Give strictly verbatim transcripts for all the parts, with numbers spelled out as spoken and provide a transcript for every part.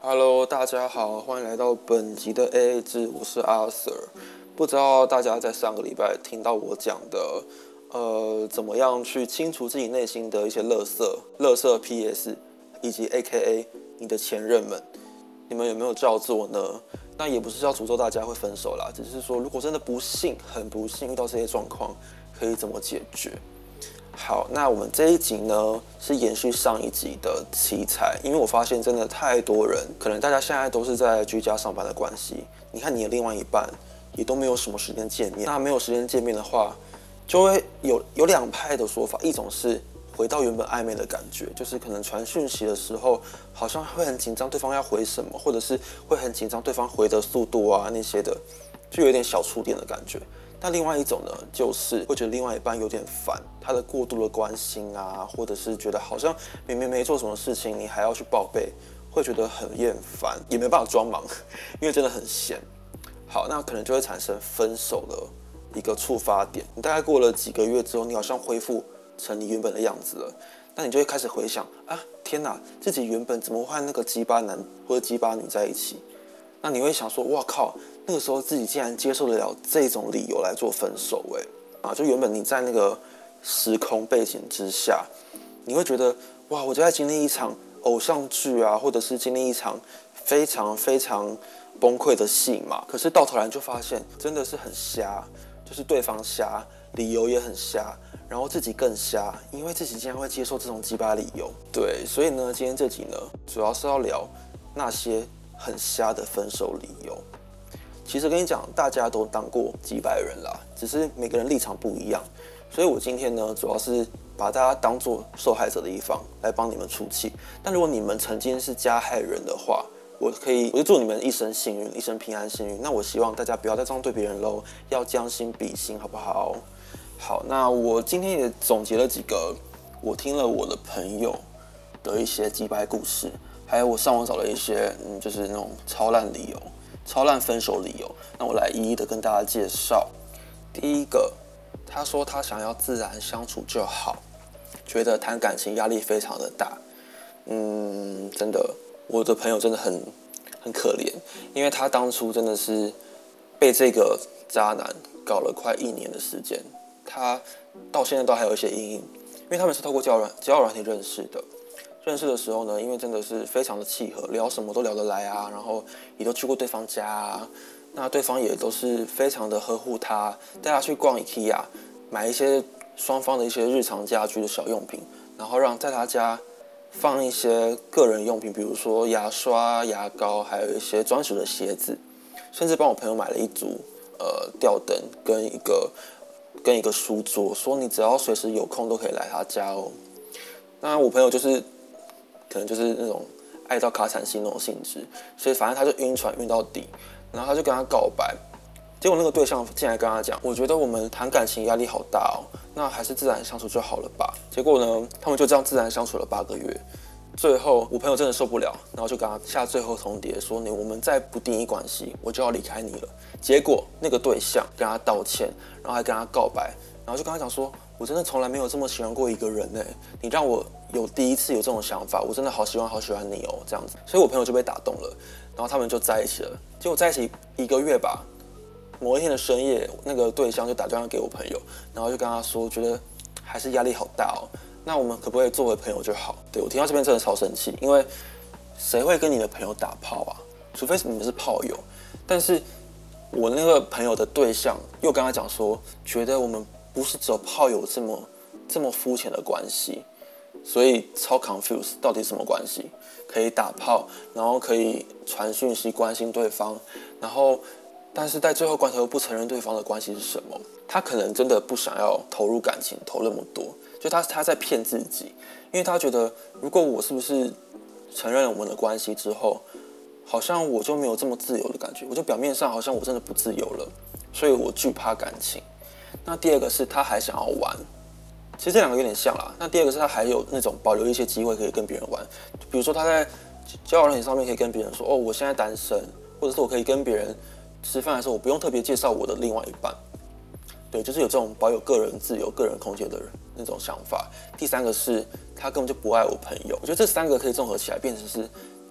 Hello，大家好，欢迎来到本集的 A A 制，我是阿 Sir。不知道大家在上个礼拜听到我讲的，呃，怎么样去清除自己内心的一些垃圾、垃圾 P S， 以及 A K A 你的前任们，你们有没有照做呢？那也不是要诅咒大家会分手啦，只是说如果真的不幸、很不幸遇到这些状况，可以怎么解决？好，那我们这一集呢是延续上一集的题材，因为我发现真的太多人，可能大家现在都是在居家上班的关系，你看你的另外一半也都没有什么时间见面，那没有时间见面的话，就会有有两派的说法，一种是回到原本暧昧的感觉，就是可能传讯息的时候好像会很紧张，对方要回什么，或者是会很紧张对方回的速度啊那些的，就有点小触电的感觉。那另外一种呢，就是会觉得另外一半有点烦，他的过度的关心啊，或者是觉得好像明明没做什么事情，你还要去报备，会觉得很厌烦，也没办法装忙，因为真的很闲。好，那可能就会产生分手的一个触发点。你大概过了几个月之后，你好像恢复成你原本的样子了，那你就会开始回想啊，天哪，自己原本怎么会和那个鸡巴男或者鸡巴女在一起？那你会想说，哇靠！那个时候自己竟然接受得了这种理由来做分手，哎，啊，就原本你在那个时空背景之下，你会觉得哇，我就在经历一场偶像剧啊，或者是经历一场非常非常崩溃的戏嘛。可是到头来就发现真的是很瞎，就是对方瞎，理由也很瞎，然后自己更瞎，因为自己竟然会接受这种鸡巴理由。对，所以呢，今天这集呢，主要是要聊那些很瞎的分手理由。其实跟你讲，大家都当过几百人啦，只是每个人立场不一样，所以我今天呢，主要是把大家当作受害者的一方来帮你们出气。但如果你们曾经是加害人的话，我可以，我就祝你们一生幸运，一生平安幸运。那我希望大家不要再这样对别人喽，要将心比心，好不好？好，那我今天也总结了几个我听了我的朋友的一些鸡掰故事，还有我上网找了一些，嗯，就是那种超烂理由。超烂分手理由，那我来一一的跟大家介绍。第一个，他说他想要自然相处就好，觉得谈感情压力非常的大。嗯，真的，我的朋友真的很很可怜，因为他当初真的是被这个渣男搞了快一年的时间，他到现在都还有一些阴影，因为他们是透过交友软交友软体认识的。认识的时候呢，因为真的是非常的契合，聊什么都聊得来啊，然后也都去过对方家啊，那对方也都是非常的呵护他，带他去逛 IKEA， 买一些双方的一些日常家居的小用品，然后让在他家放一些个人用品，比如说牙刷、牙膏，还有一些专属的鞋子，甚至帮我朋友买了一组呃吊灯跟一个跟一个书桌，说你只要随时有空都可以来他家哦。那我朋友就是。可能就是那种爱到卡惨心那种性质，所以反正他就晕船晕到底，然后他就跟他告白，结果那个对象进来跟他讲，我觉得我们谈感情压力好大哦，那还是自然相处就好了吧。结果呢，他们就这样自然相处了八个月，最后我朋友真的受不了，然后就跟他下最后通牒，说你我们再不定义关系，我就要离开你了。结果那个对象跟他道歉，然后还跟他告白，然后就跟他讲说，我真的从来没有这么喜欢过一个人哎，你让我有第一次有这种想法，我真的好喜欢好喜欢你哦，这样子，所以我朋友就被打动了，然后他们就在一起了。结果在一起一个月吧，某一天的深夜，那个对象就打电话给我朋友，然后就跟他说，觉得还是压力好大哦，那我们可不可以作为朋友就好？对，我听到这边真的超生气，因为谁会跟你的朋友打炮啊？除非你们是炮友。但是我那个朋友的对象又跟他讲说，觉得我们不是只有炮友这么这么肤浅的关系，所以超 confused， 到底是什么关系？可以打炮，然后可以传讯息关心对方，然后但是在最后关头又不承认对方的关系是什么？他可能真的不想要投入感情，投那么多，就他他在骗自己，因为他觉得如果我是不是承认了我们的关系之后，好像我就没有这么自由的感觉，我就表面上好像我真的不自由了，所以我惧怕感情。那第二个是他还想要玩，其实这两个有点像啦。那第二个是他还有那种保留一些机会可以跟别人玩，比如说他在交友软件上面可以跟别人说，哦，我现在单身，或者是我可以跟别人吃饭的时候，我不用特别介绍我的另外一半。对，就是有这种保有个人自由、个人空间的人那种想法。第三个是他根本就不爱我朋友，我觉得这三个可以综合起来，变成是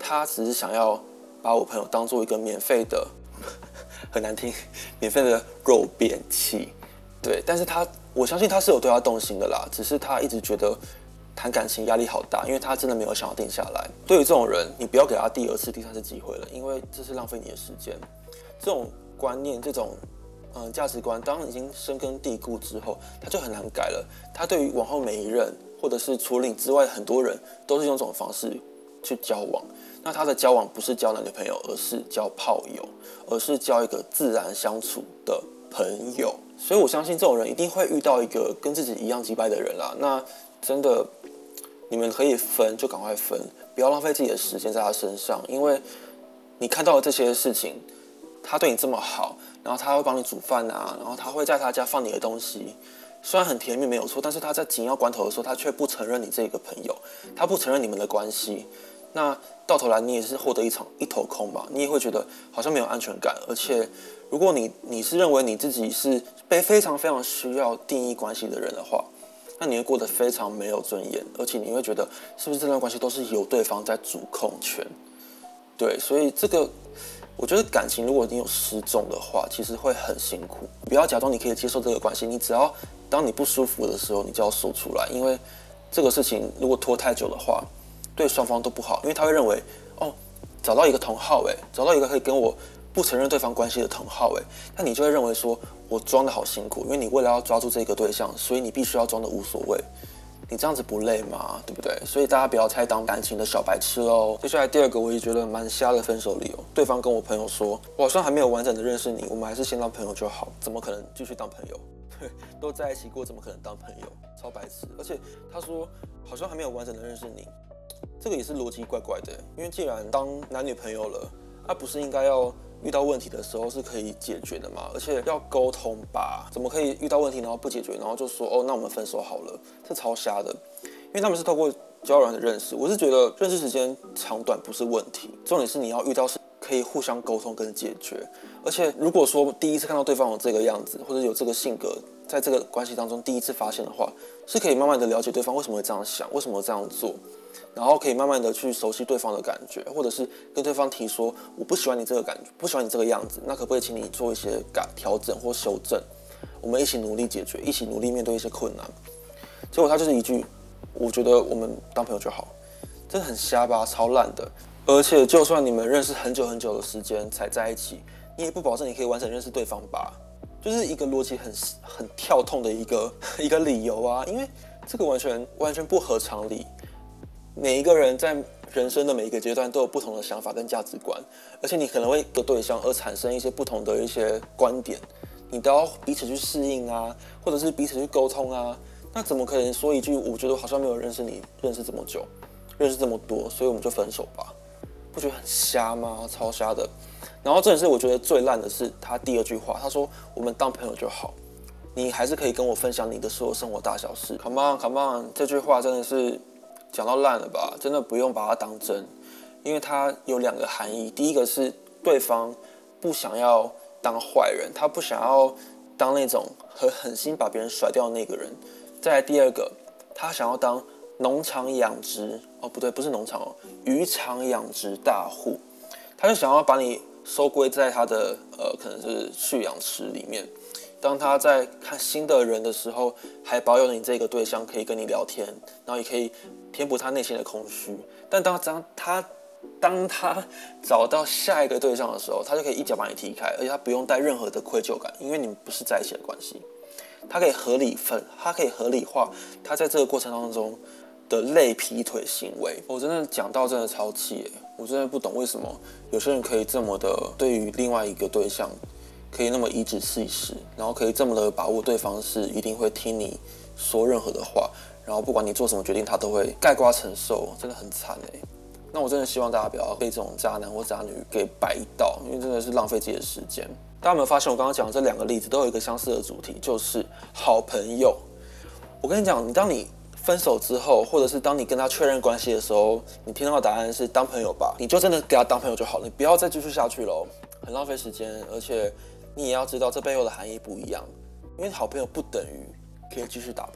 他只是想要把我朋友当做一个免费的，很难听，免费的肉便器。对，但是他我相信他是有对他动心的啦，只是他一直觉得谈感情压力好大，因为他真的没有想要定下来。对于这种人，你不要给他第二次、第三次机会了，因为这是浪费你的时间。这种观念，这种嗯价值观，当已经深根蒂固之后，他就很难改了。他对于往后每一任，或者是除了你之外很多人，都是用这种方式去交往。那他的交往不是交男女朋友，而是交炮友，而是交一个自然相处的朋友。所以我相信这种人一定会遇到一个跟自己一样击败的人啦。那真的，你们可以分就赶快分，不要浪费自己的时间在他身上，因为你看到的这些事情，他对你这么好，然后他会帮你煮饭啊，然后他会在他家放你的东西，虽然很甜蜜没有错，但是他在紧要关头的时候，他却不承认你这个朋友，他不承认你们的关系。那到头来你也是获得一场一头空吧，你也会觉得好像没有安全感，而且如果你你是认为你自己是被非常非常需要定义关系的人的话，那你会过得非常没有尊严，而且你会觉得是不是这段关系都是由对方在主控权？对，所以这个我觉得感情如果你有失重的话，其实会很辛苦。不要假装你可以接受这个关系，你只要当你不舒服的时候，你就要说出来，因为这个事情如果拖太久的话，对双方都不好，因为他会认为，哦，找到一个同好，哎，找到一个可以跟我不承认对方关系的同好，哎，那你就会认为说，我装的好辛苦，因为你为了要抓住这个对象，所以你必须要装的无所谓。你这样子不累吗？对不对？所以大家不要太当感情的小白痴哦。接下来第二个，我也觉得蛮瞎的分手理由，对方跟我朋友说，我好像还没有完整的认识你，我们还是先当朋友就好，怎么可能继续当朋友？对，都在一起过，怎么可能当朋友？超白痴！而且他说好像还没有完整的认识你。这个也是逻辑怪怪的，因为既然当男女朋友了，啊，不是应该要遇到问题的时候是可以解决的吗？而且要沟通吧，怎么可以遇到问题然后不解决，然后就说哦，那我们分手好了？这超瞎的，因为他们是透过交友软件的认识，我是觉得认识时间长短不是问题，重点是你要遇到是可以互相沟通跟解决。而且如果说第一次看到对方有这个样子，或者有这个性格，在这个关系当中第一次发现的话，是可以慢慢的了解对方为什么会这样想，为什么会这样做。然后可以慢慢的去熟悉对方的感觉，或者是跟对方提说我不喜欢你这个感觉，不喜欢你这个样子，那可不可以请你做一些改调整或修正？我们一起努力解决，一起努力面对一些困难。结果他就是一句，我觉得我们当朋友就好，真的很瞎吧，超烂的。而且就算你们认识很久很久的时间才在一起，你也不保证你可以完整认识对方吧？就是一个逻辑很很跳痛的一个一个理由啊，因为这个完全完全不合常理。每一个人在人生的每一个阶段都有不同的想法跟价值观，而且你可能会跟对象而产生一些不同的一些观点，你都要彼此去适应啊，或者是彼此去沟通啊。那怎么可能说一句我觉得好像没有认识你认识这么久，认识这么多，所以我们就分手吧？不觉得很瞎吗？超瞎的。然后这也是我觉得最烂的是他第二句话，他说我们当朋友就好，你还是可以跟我分享你的所有生活大小事。Come on, come on， 这句话真的是讲到烂了吧？真的不用把它当真，因为它有两个含义。第一个是对方不想要当坏人，他不想要当那种很狠心把别人甩掉的那个人。再来第二个，他想要当农场养殖哦，不对，不是农场哦，渔场养殖大户。他就想要把你收归在他的呃，可能是蓄养池里面。当他在看新的人的时候，还保有你这个对象可以跟你聊天，然后也可以填补他内心的空虚。但当他当他找到下一个对象的时候，他就可以一脚把你踢开，而且他不用带任何的愧疚感，因为你们不是在一起的关系。他可以合理分，他可以合理化他在这个过程当中的类劈腿行为。我真的讲到真的超气耶，我真的不懂为什么有些人可以这么的对于另外一个对象。可以那么颐指气使，然后可以这么的把握对方是一定会听你说任何的话，然后不管你做什么决定，他都会概括承受，真的很惨哎。那我真的希望大家不要被这种渣男或渣女给摆一道，因为真的是浪费自己的时间。大家有没有发现我刚刚讲的这两个例子都有一个相似的主题，就是好朋友。我跟你讲，你当你分手之后，或者是当你跟他确认关系的时候，你听到的答案是当朋友吧，你就真的给他当朋友就好了，你不要再继续下去了，很浪费时间，而且你也要知道这背后的含义不一样，因为好朋友不等于可以继续打炮，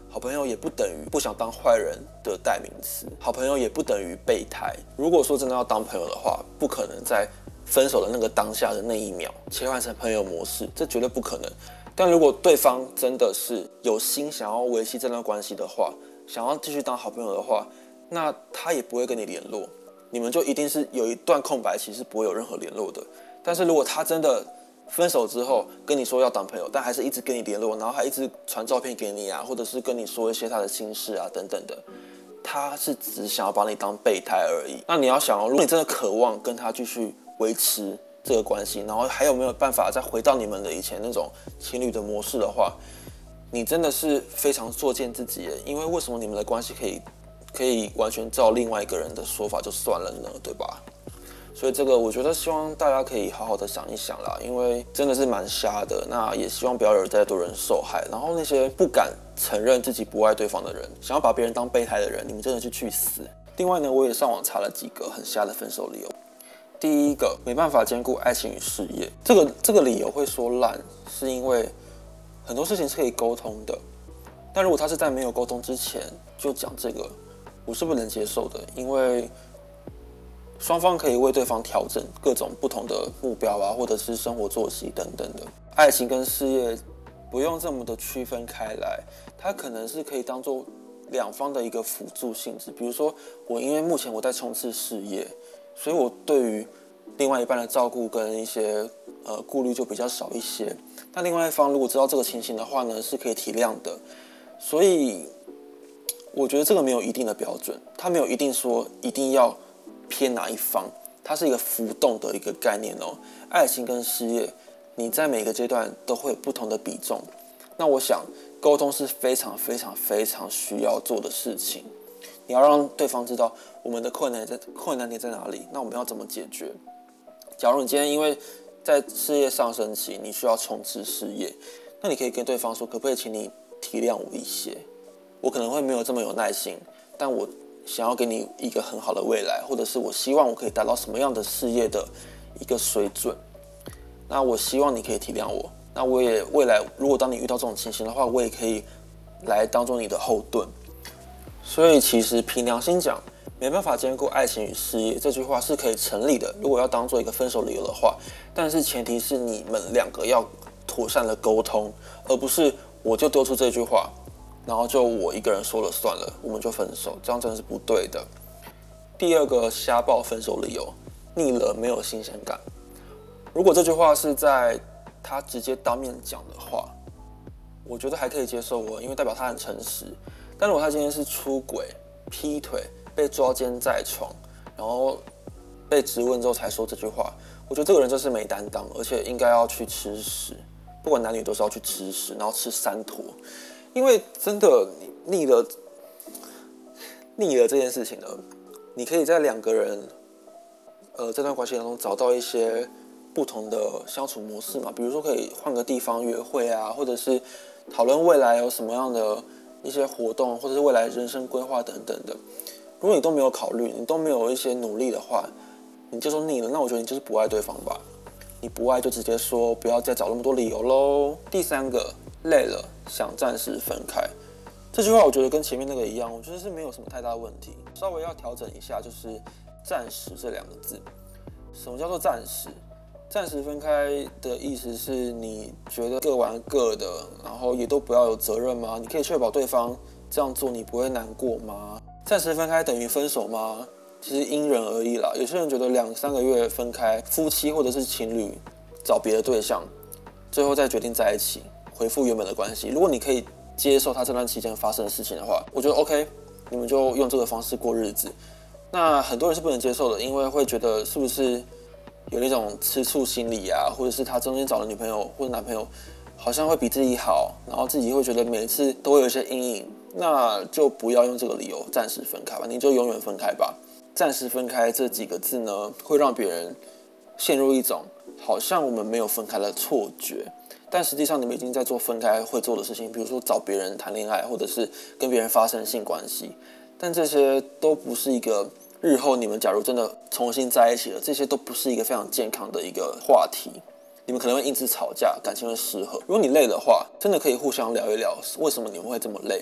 好朋友也不等于不想当坏人的代名词，好朋友也不等于备胎。如果说真的要当朋友的话，不可能在分手的那个当下的那一秒切换成朋友模式，这绝对不可能。但如果对方真的是有心想要维系这段关系的话，想要继续当好朋友的话，那他也不会跟你联络，你们就一定是有一段空白期是不会有任何联络的。但是如果他真的分手之后跟你说要当朋友，但还是一直跟你联络，然后还一直传照片给你啊，或者是跟你说一些他的心事啊等等的，他是只想要把你当备胎而已。那你要想哦，如果你真的渴望跟他继续维持这个关系，然后还有没有办法再回到你们的以前那种情侣的模式的话，你真的是非常作践自己耶。因为为什么你们的关系可以可以完全照另外一个人的说法就算了呢？对吧？所以这个我觉得希望大家可以好好的想一想啦，因为真的是蛮瞎的。那也希望不要有再多人受害。然后那些不敢承认自己不爱对方的人，想要把别人当备胎的人，你们真的去去死。另外呢，我也上网查了几个很瞎的分手理由。第一个，没办法兼顾爱情与事业。这个这个理由会说烂，是因为很多事情是可以沟通的。但如果他是在没有沟通之前就讲这个，我是不能接受的，因为双方可以为对方调整各种不同的目标啊，或者是生活作息等等的。爱情跟事业不用这么的区分开来，它可能是可以当做两方的一个辅助性质。比如说，我因为目前我在冲刺事业，所以我对于另外一半的照顾跟一些呃顾虑就比较少一些。那另外一方如果知道这个情形的话呢，是可以体谅的。所以我觉得这个没有一定的标准，它没有一定说一定要偏哪一方，它是一个浮动的一个概念哦。爱情跟事业，你在每个阶段都会有不同的比重。那我想，沟通是非常非常非常需要做的事情。你要让对方知道我们的困难在困难点在哪里，那我们要怎么解决？假如你今天因为在事业上升期，你需要冲刺事业，那你可以跟对方说，可不可以请你体谅我一些？我可能会没有这么有耐心，但我想要给你一个很好的未来，或者是我希望我可以达到什么样的事业的一个水准。那我希望你可以体谅我。那我也未来如果当你遇到这种情形的话，我也可以来当做你的后盾。所以其实凭良心讲，没办法兼顾爱情与事业这句话是可以成立的，如果要当做一个分手理由的话，但是前提是你们两个要妥善的沟通，而不是我就丢出这句话，然后就我一个人说了算了，我们就分手，这样真的是不对的。第二个瞎报分手理由，腻了没有新鲜感。如果这句话是在他直接当面讲的话，我觉得还可以接受哦，因为代表他很诚实。但如果他今天是出轨、劈腿、被抓奸在床，然后被质问之后才说这句话，我觉得这个人就是没担当，而且应该要去吃屎。不管男女都是要去吃屎，然后吃三坨。因为真的腻了，腻了这件事情呢，你可以在两个人呃这段关系当中找到一些不同的相处模式嘛，比如说可以换个地方约会啊，或者是讨论未来有什么样的一些活动，或者是未来人生规划等等的。如果你都没有考虑，你都没有一些努力的话，你就说腻了，那我觉得你就是不爱对方吧。你不爱就直接说，不要再找那么多理由喽。第三个，累了想暂时分开，这句话我觉得跟前面那个一样，我觉得是没有什么太大的问题，稍微要调整一下，就是暂时这两个字。什么叫做暂时？暂时分开的意思是你觉得各玩各的，然后也都不要有责任吗？你可以确保对方这样做你不会难过吗？暂时分开等于分手吗？其实因人而异啦。有些人觉得两三个月分开，夫妻或者是情侣找别的对象，最后再决定在一起，恢复原本的关系。如果你可以接受他这段期间发生的事情的话，我觉得 OK， 你们就用这个方式过日子。那很多人是不能接受的，因为会觉得是不是有那种吃醋心理啊，或者是他中间找的女朋友或者男朋友好像会比自己好，然后自己会觉得每次都会有一些阴影，那就不要用这个理由暂时分开吧，你就永远分开吧。暂时分开这几个字呢，会让别人陷入一种好像我们没有分开的错觉，但实际上你们已经在做分开会做的事情，比如说找别人谈恋爱，或者是跟别人发生性关系，但这些都不是一个日后你们假如真的重新在一起了，这些都不是一个非常健康的一个话题。你们可能会因此吵架，感情会失和。如果你累的话，真的可以互相聊一聊，为什么你们会这么累？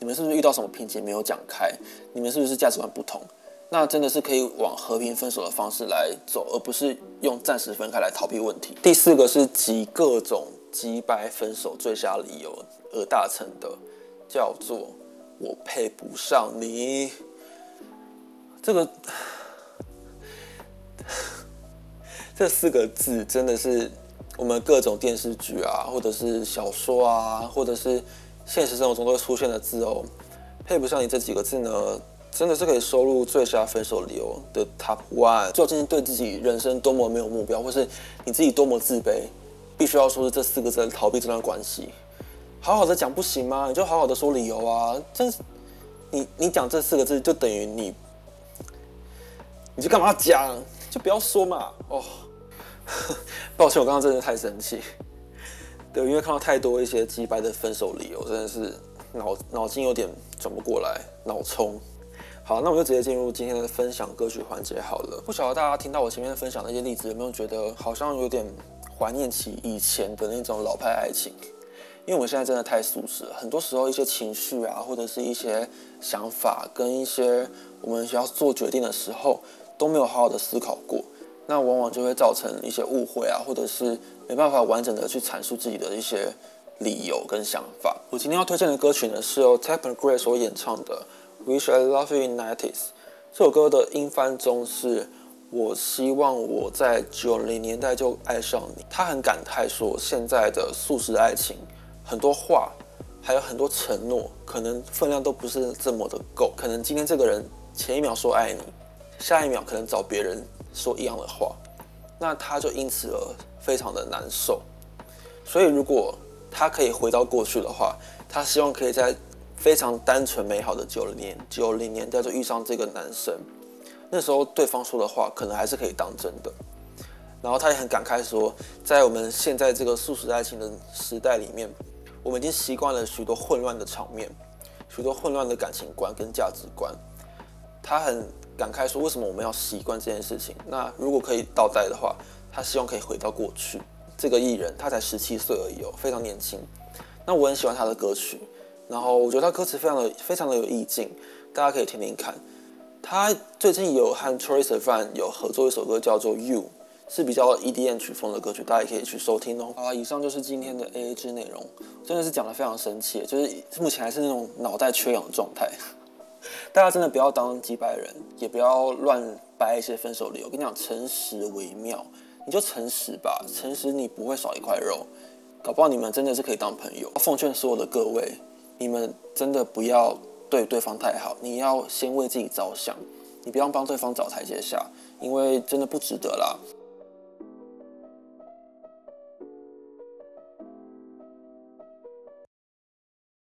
你们是不是遇到什么瓶颈没有讲开？你们是不是价值观不同？那真的是可以往和平分手的方式来走，而不是用暂时分开来逃避问题。第四个是集各种击败分手最佳理由而达成的，叫做我配不上你。这个这四个字真的是我们各种电视剧啊，或者是小说啊，或者是现实生活中都会出现的字哦。配不上你这几个字呢，真的是可以收入最佳分手理由的 top one。究竟对自己人生多么没有目标，或是你自己多么自卑，必须要说是这四个字来逃避这段关系。好好的讲不行吗？你就好好的说理由啊！真是你你讲这四个字，就等于你，你就干嘛要讲？就不要说嘛！哦，抱歉，我刚刚真的太生气。对，因为看到太多一些击败的分手理由，真的是脑脑筋有点转不过来，脑冲。好，那我就直接進入今天的分享歌曲环节好了。不晓得大家听到我前面分享那些例子，有没有觉得好像有点怀念起以前的那种老派爱情？因为我们现在真的太速食了，很多时候一些情绪啊，或者是一些想法，跟一些我们需要做决定的时候，都没有好好的思考过。那往往就会造成一些误会啊，或者是没办法完整的去阐述自己的一些理由跟想法。我今天要推荐的歌曲呢，是由 Tappan Gray 所演唱的《Wish I Loved You in nineties》。这首歌的英翻中是我希望我在九零年代就爱上你。他很感慨说，现在的速食爱情，很多话，还有很多承诺，可能分量都不是这么的够。可能今天这个人前一秒说爱你，下一秒可能找别人说一样的话，那他就因此而非常的难受。所以如果他可以回到过去的话，他希望可以在非常单纯美好的九零年九零年代就遇上这个男生，那时候对方说的话可能还是可以当真的。然后他也很感慨说，在我们现在这个速食爱情的时代里面，我们已经习惯了许多混乱的场面，许多混乱的感情观跟价值观。他很感慨说，为什么我们要习惯这件事情？那如果可以倒带的话，他希望可以回到过去。这个艺人他才十七岁而已哦，非常年轻。那我很喜欢他的歌曲，然后我觉得他歌词非常的非常的有意境，大家可以听听看。他最近有和 Troye Sivan 有合作一首歌叫做《You》，是比较 E D M 曲风的歌曲，大家也可以去收听哦。好啦，以上就是今天的 A A 制内容，真的是讲得非常生气，就是目前还是那种脑袋缺氧的状态。大家真的不要当几百人，也不要乱掰一些分手理由。我跟你讲，诚实为妙，你就诚实吧，诚实你不会少一块肉，搞不好你们真的是可以当朋友。奉劝所有的各位，你们真的不要对对方太好，你要先为自己着想，你不要帮对方找台阶下，因为真的不值得啦。